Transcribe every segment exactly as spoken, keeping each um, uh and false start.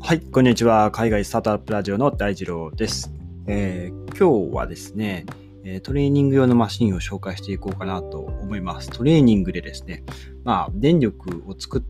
はい、こんにちは。海外スタートアップラジオの大二郎です。えー、今日はですね、トレーニング用のマシンを紹介していこうかなと思います。トレーニングでですね、まあ、電力を作って、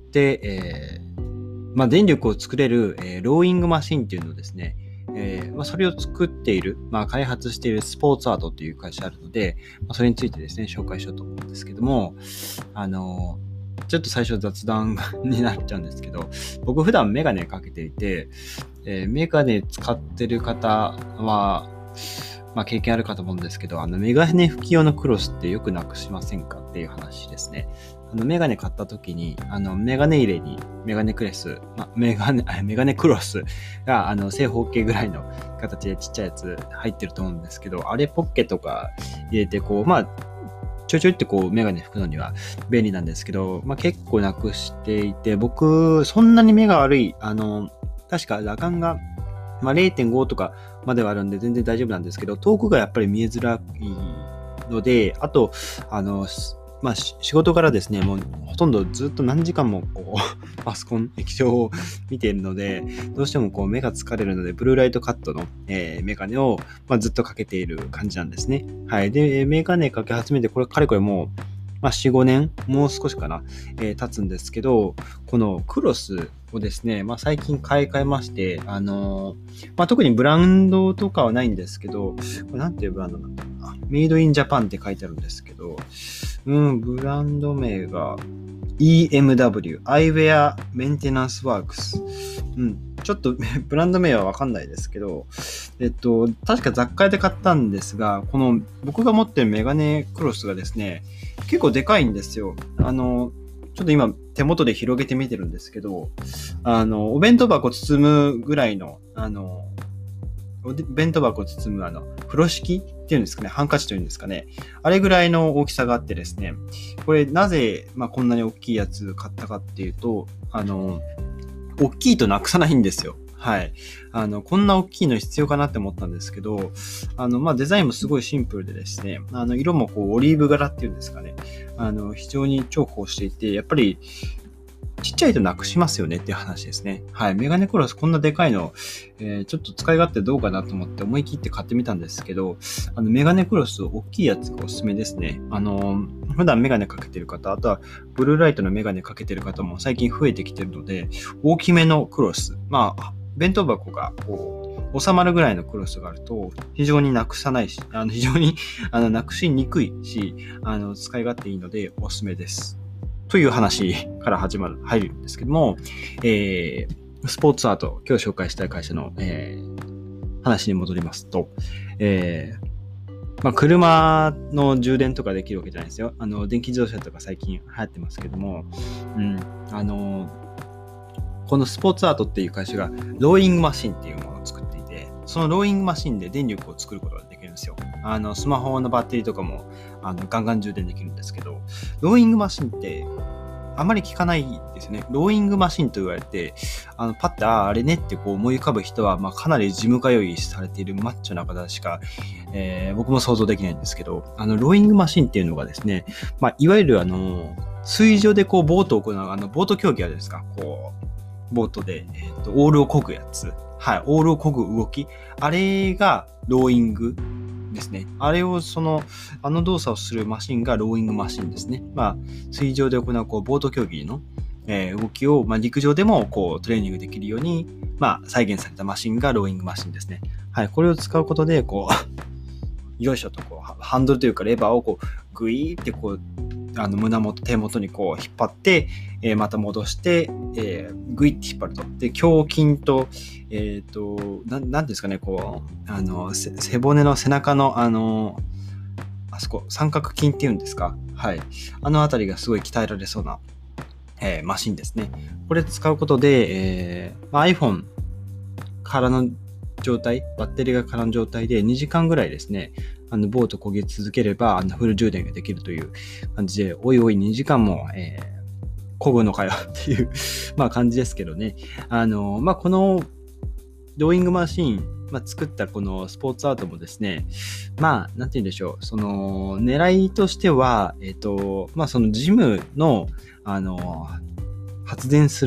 えー、まあ、電力を作れる、えー、ローイングマシンっていうのをですね、えーまあ、それを作っている、まあ、開発しているスポーツアートという会社あるので、まあ、それについてですね、紹介しようと思うんですけども、あのーちょっと最初雑談になっちゃうんですけど、僕普段メガネかけていて、えー、メガネ使ってる方は、まあ経験あるかと思うんですけど、あのメガネ拭き用のクロスってよくなくしませんかっていう話ですね。あのメガネ買った時に、あのメガネ入れにメガネクレス、ま、メガネ、メガネクロスがあの正方形ぐらいの形でちっちゃいやつ入ってると思うんですけど、あれポッケとか入れてこう、まあちょいちょいってこうメガネ拭くのには便利なんですけど、まあ、結構なくしていて、僕そんなに目が悪い、あの確か裸眼が、まあ、れいてんご とかまではあるんで全然大丈夫なんですけど、遠くがやっぱり見えづらいので、あとあのまあ仕事からですね、もうほとんどずっと何時間もこうパソコン液晶を見ているので、どうしてもこう目が疲れるので、ブルーライトカットの、えー、メガネを、まあ、ずっとかけている感じなんですね。はい。で、メガネかけ始めて、これかれこれもう、まあ、よん、ごねん、もう少しかな、えー、経つんですけど、このクロスをですね、まあ、最近買い替えまして、あのー、まあ、特にブランドとかはないんですけど、これなんていうブランドなんだろうな。メイドインジャパンって書いてあるんですけど、うん、ブランド名が イーエムダブリュー、Eyewear Maintenance Works。うん、ちょっとブランド名はわかんないですけど、えっと、確か雑貨屋で買ったんですが、この僕が持ってるメガネクロスがですね、結構でかいんですよ。あの、ちょっと今手元で広げてみてるんですけど、あの、お弁当箱包むぐらいの、あの、お弁当箱を包むあの、風呂敷っていうんですかね、ハンカチというんですかね。あれぐらいの大きさがあってですね、これなぜ、まあ、こんなに大きいやつ買ったかっていうと、あの、大きいとなくさないんですよ。はい。あの、こんな大きいの必要かなって思ったんですけど、あの、まあ、デザインもすごいシンプルでですね、あの、色もこう、オリーブ柄っていうんですかね。あの、非常に重宝していて、やっぱり、ちっちゃいとなくしますよねっていう話ですね。はい。メガネクロスこんなでかいの、えー、ちょっと使い勝手どうかなと思って思い切って買ってみたんですけど、あの、メガネクロス大きいやつがおすすめですね。あの、普段メガネかけてる方、あとはブルーライトのメガネかけてる方も最近増えてきてるので、大きめのクロス。まあ、弁当箱がこう、収まるぐらいのクロスがあると、非常になくさないし、あの、非常に、あの、なくしにくいし、あの、使い勝手いいのでおすすめです。という話から始まる、入るんですけども、えー、スポーツアート、今日紹介したい会社の、えー、話に戻りますと、えー、まあ、車の充電とかできるわけじゃないですよ。あの、電気自動車とか最近流行ってますけども、うん、あの、このスポーツアートっていう会社がローイングマシンっていうものを作っていて、そのローイングマシンで電力を作ることができるんですよ。あの、スマホのバッテリーとかも、あの、ガンガン充電できるんですけど、ローイングマシンってあまり聞かないですね。ローイングマシンと言われて、あの、パッて、ああ、あれねってこう思い浮かぶ人は、まあ、かなり事務通いされているマッチョな方しか、えー、僕も想像できないんですけど、あの、ローイングマシンっていうのがですね、まあ、いわゆるあの、水上でこう、ボートを行う、あの、ボート競技あるんですか、こう、ボートで、えっと、オールを漕ぐやつ。はい、オールを漕ぐ動き。あれがローイングですね。あれをその、あの動作をするマシンがローイングマシンですね。まあ、水上で行うこうボート競技の、えー、動きを、まあ、陸上でもこうトレーニングできるように、まあ、再現されたマシンがローイングマシンですね。はい、これを使うことで、こう、よいしょとこう、ハンドルというかレバーをこう、グイーってこう、あの胸元、手元にこう引っ張って、えー、また戻して、えー、グイッて引っ張ると。で、胸筋と、えっと、ななんですかね、こう、あの、背骨の背中の、あの、あそこ、三角筋っていうんですか？はい。あのあたりがすごい鍛えられそうな、えー、マシンですね。これ使うことで、えーまあ、iPhone からの状態、バッテリーが空の状態でにじかんぐらいですね、あのボート漕ぎ続ければあのフル充電ができるという感じで、おいおいにじかんも、えー、漕ぐのかよっていうまあ感じですけどね。あの、まあこのローイングマシン、まあ、作ったこのスポーツアートもですね、まあ、なんて言うんでしょう、その狙いとしては、えっと、まあそのジムの、あの、発電する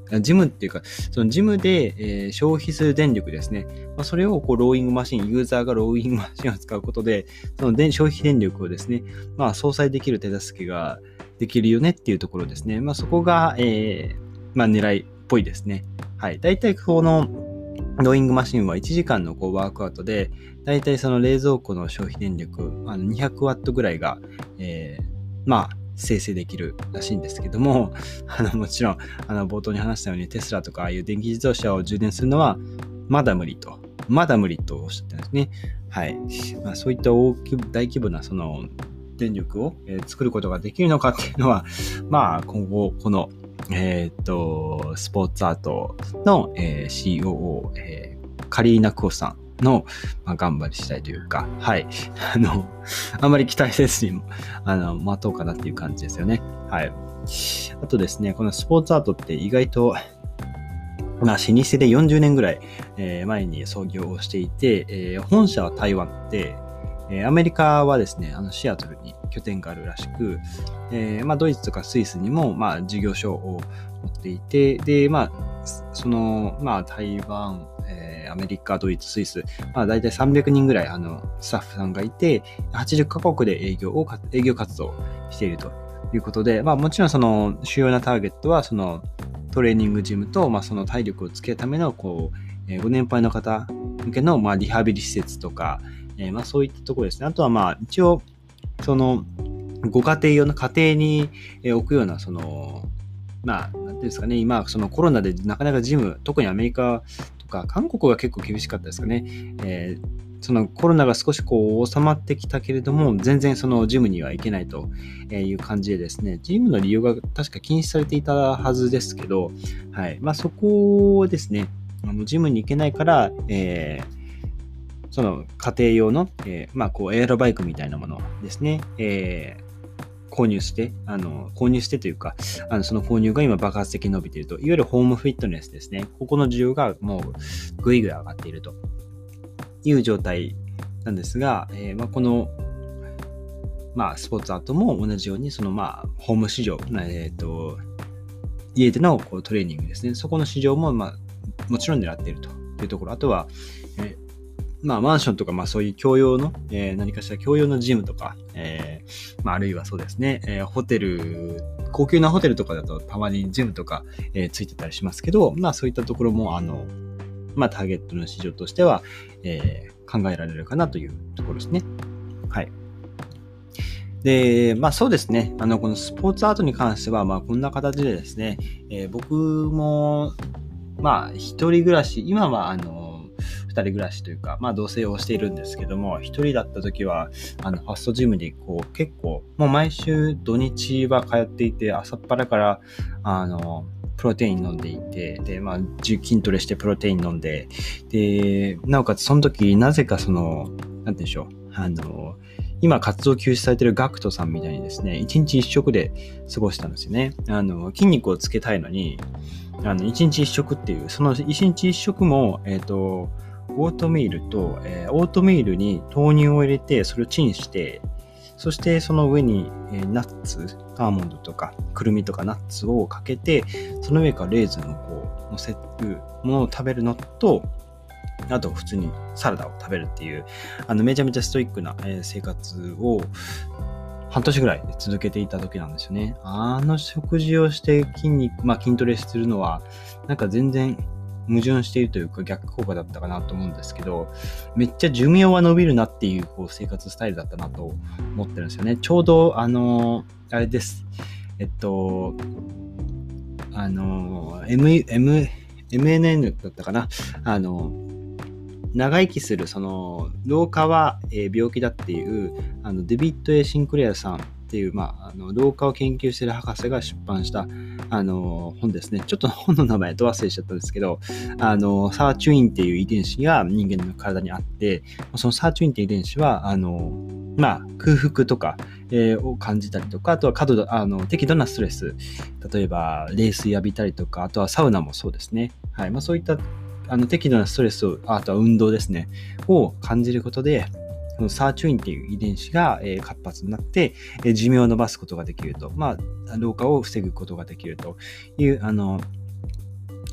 ジムっていうか、そのジムで、えー、消費する電力ですね。まあ、それをこうローイングマシン、ユーザーがローイングマシンを使うことで、その電消費電力をですね、まあ、相殺できる手助けができるよねっていうところですね。まあ、そこが、えー、まあ、狙いっぽいですね。はい。だいたいこのローイングマシンはいちじかんのこうワークアウトで、だいたいその冷蔵庫の消費電力、あのにひゃくワットぐらいが、えー、まあ、生成できるらしいんですけども、あのもちろんあの冒頭に話したようにテスラとかああいう電気自動車を充電するのはまだ無理と、まだ無理とおっしゃってるんですね。はい。まあ、そういった大き大規模なその電力を、えー、作ることができるのかっていうのは、まあ今後このえっ、ー、とスポーツアートの、えー、シーオーオー、えー、カリーナ・クオさんの、まあ、頑張りしたいというか、はい。あの、あんまり期待せずにも、あの、待とうかなっていう感じですよね。はい。あとですね、このスポーツアートって意外と、まあ、老舗でよんじゅうねんぐらい、えー、前に創業をしていて、えー、本社は台湾で、えー、アメリカはですね、あのシアトルに拠点があるらしく、えー、まあ、ドイツとかスイスにも、まあ、事業所を持っていて、で、まあ、その、まあ、台湾、えー、アメリカ、ドイツ、スイス、まあ、大体さんびゃくにんぐらい、あの、スタッフさんがいて、はちじゅっカ国で営業を、営業活動をしているということで、まあ、もちろんその、主要なターゲットは、その、トレーニングジムと、まあ、その体力をつけるための、こう、えー、ご年配の方向けの、まあ、リハビリ施設とか、えー、まあ、そういったところですね。あとは、まあ、一応、その、ご家庭用の家庭に置くような、その、まあ、なんていうんですかね、今、そのコロナでなかなかジム、特にアメリカとか、韓国が結構厳しかったですかね。えー、そのコロナが少しこう収まってきたけれども、全然そのジムには行けないという感じでですね、ジムの利用が確か禁止されていたはずですけど、はい。まあ、そこをですね、あのジムに行けないから、えー、その家庭用の、えー、まあ、こうエアロバイクみたいなものですね、えー購入して、あの、購入してというか、あの、その購入が今爆発的に伸びていると、いわゆるホームフィットネスですね。ここの需要がもうぐいぐい上がっているという状態なんですが、えー、まあ、この、まあ、スポーツアートも同じように、その、まあ、ホーム市場、えっと、家でのこうトレーニングですね。そこの市場も、まあ、もちろん狙っているというところ。あとは、えーまあ、マンションとか、まあ、そういう共用の、えー、何かしら共用のジムとか、えー、まあ、あるいはそうですね、えー、ホテル、高級なホテルとかだとたまにジムとか、えー、ついてたりしますけど、まあ、そういったところも、あの、まあ、ターゲットの市場としては、えー、考えられるかなというところですね。はい。で、まあそうですね。あの、このスポーツアートに関しては、まあこんな形でですね、えー、僕も、まあ一人暮らし、今はあの、二人暮らしというか、まあ同棲をしているんですけども、一人だった時は、あの、ファストジムにこう、結構、もう毎週土日は通っていて、朝っぱらから、あの、プロテイン飲んでいて、で、まあ、筋トレしてプロテイン飲んで、で、なおかつその時、なぜかその、なんて言うんでしょう、あの、今活動休止されているガクトさんみたいにですね、一日一食で過ごしたんですよね。あの、筋肉をつけたいのに、あの、一日一食っていう、その一日一食も、えっと、オートミールと、えー、オートミールに豆乳を入れて、それをチンして、そしてその上に、えー、ナッツ、アーモンドとか、くるみとかナッツをかけて、その上からレーズンをこう、乗せるものを食べるのと、あと普通にサラダを食べるっていう、あのめちゃめちゃストイックな生活を半年ぐらい続けていた時なんですよね。あの食事をして筋肉、まあ筋トレするのは、なんか全然矛盾しているというか逆効果だったかなと思うんですけど、めっちゃ寿命は伸びるなっていう、こう生活スタイルだったなと思ってるんですよね。ちょうどあの、あれです。えっと、あの、M、M、エムエヌエヌ だったかな。あの、長生きするその老化は病気だっていうあのデビッド・エ・シンクレアさんっていう、まあ、あの老化を研究している博士が出版したあの本ですね。ちょっと本の名前と忘れちゃったんですけど、あのサーチュインっていう遺伝子が人間の体にあって、そのサーチュインっていう遺伝子はあの、まあ、空腹とか、えー、を感じたりとか、あとは過度あの適度なストレス、例えば冷水浴びたりとか、あとはサウナもそうですね。はい、まあ、そういったあの適度なストレスを、あとは運動ですね、を感じることで、このサーチュインっていう遺伝子が、えー、活発になって、えー、寿命を伸ばすことができると、まあ、老化を防ぐことができるという、あの、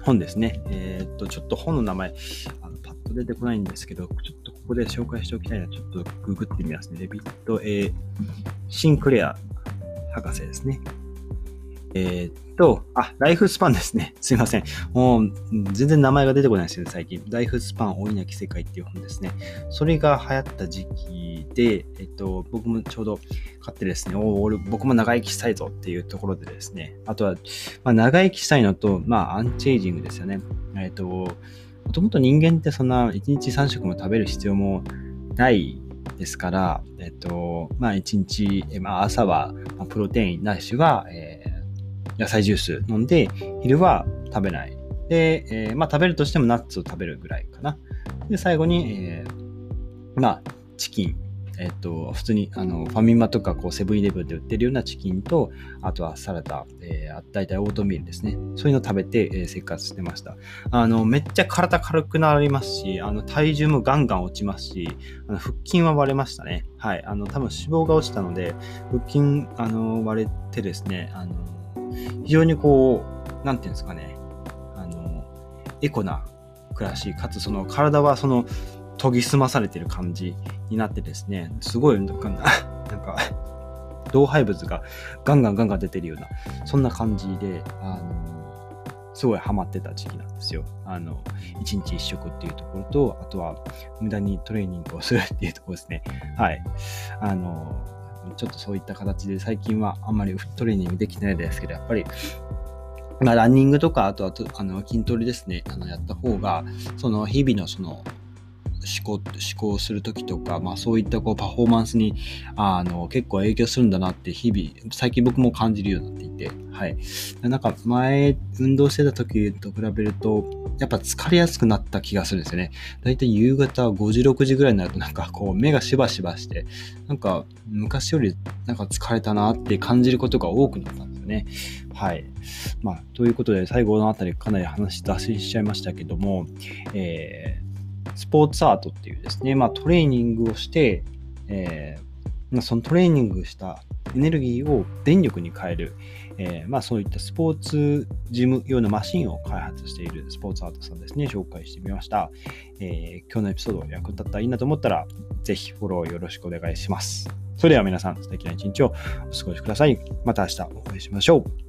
本ですね。えーっと、ちょっと本の名前、あのパッと出てこないんですけど、ちょっとここで紹介しておきたいので、ちょっとググってみますね。デビッド・A・シンクレア博士ですね。えー、っと、あ、ライフスパンですね。すいません。もう、全然名前が出てこないですよね、最近。ライフスパン、老いなき世界っていう本ですね。それが流行った時期で、えっと、僕もちょうど買ってですね、お俺、僕も長生きしたいぞっていうところでですね、あとは、まあ、長生きしたいのと、まあ、アンチエイジングですよね。えっと、もともと人間ってそんないちにちさん食も食べる必要もないですから、えっと、まあ、いちにち、まあ、朝はプロテインないしは、えー野菜ジュース飲んで、昼は食べない。で、えー、まあ食べるとしてもナッツを食べるぐらいかな。で、最後に、えー、まあ、チキン。えっと、普通に、あの、ファミマとか、こう、セブンイレブンで売ってるようなチキンと、あとはサラダ、えー、だいたいオートミールですね。そういうのを食べて、えー、生活してました。あの、めっちゃ体軽くなりますし、あの、体重もガンガン落ちますし、あの腹筋は割れましたね。はい。あの、多分脂肪が落ちたので、腹筋、あの、割れてですね、あの、非常にこう、なんていうんですかね、あの、エコな暮らし、かつその体はその研ぎ澄まされている感じになってですね、すごいなんか、なんか老廃物がガンガンガンガン出てるような、そんな感じで、あの、すごいハマってた時期なんですよ。あの、一日一食っていうところと、あとは無駄にトレーニングをするっていうところですね。はい。あの、ちょっとそういった形で最近はあんまりトレーニングできてないですけど、やっぱり、まあ、ランニングとか、あとはあの筋トレですね、あのやった方が、その日々のその思考、思考するときとか、まあそういったこうパフォーマンスにあの結構影響するんだなって日々、最近僕も感じるようになっていて、はい。なんか前運動してた時と比べると、やっぱ疲れやすくなった気がするんですよね。だいたい夕方ごじ、ろくじぐらいになるとなんかこう目がしばしばして、なんか昔よりなんか疲れたなって感じることが多くなったんですよね。はい。まあ、ということで最後のあたりかなり話脱線しちゃいましたけども、えースポーツアートっていうですね、まあトレーニングをして、えー、そのトレーニングしたエネルギーを電力に変える、えー、まあそういったスポーツジム用のマシンを開発しているスポーツアートさんですね、紹介してみました。えー、今日のエピソード役立ったらいいなと思ったら、ぜひフォローよろしくお願いします。それでは皆さん、素敵な一日をお過ごしください。また明日お会いしましょう。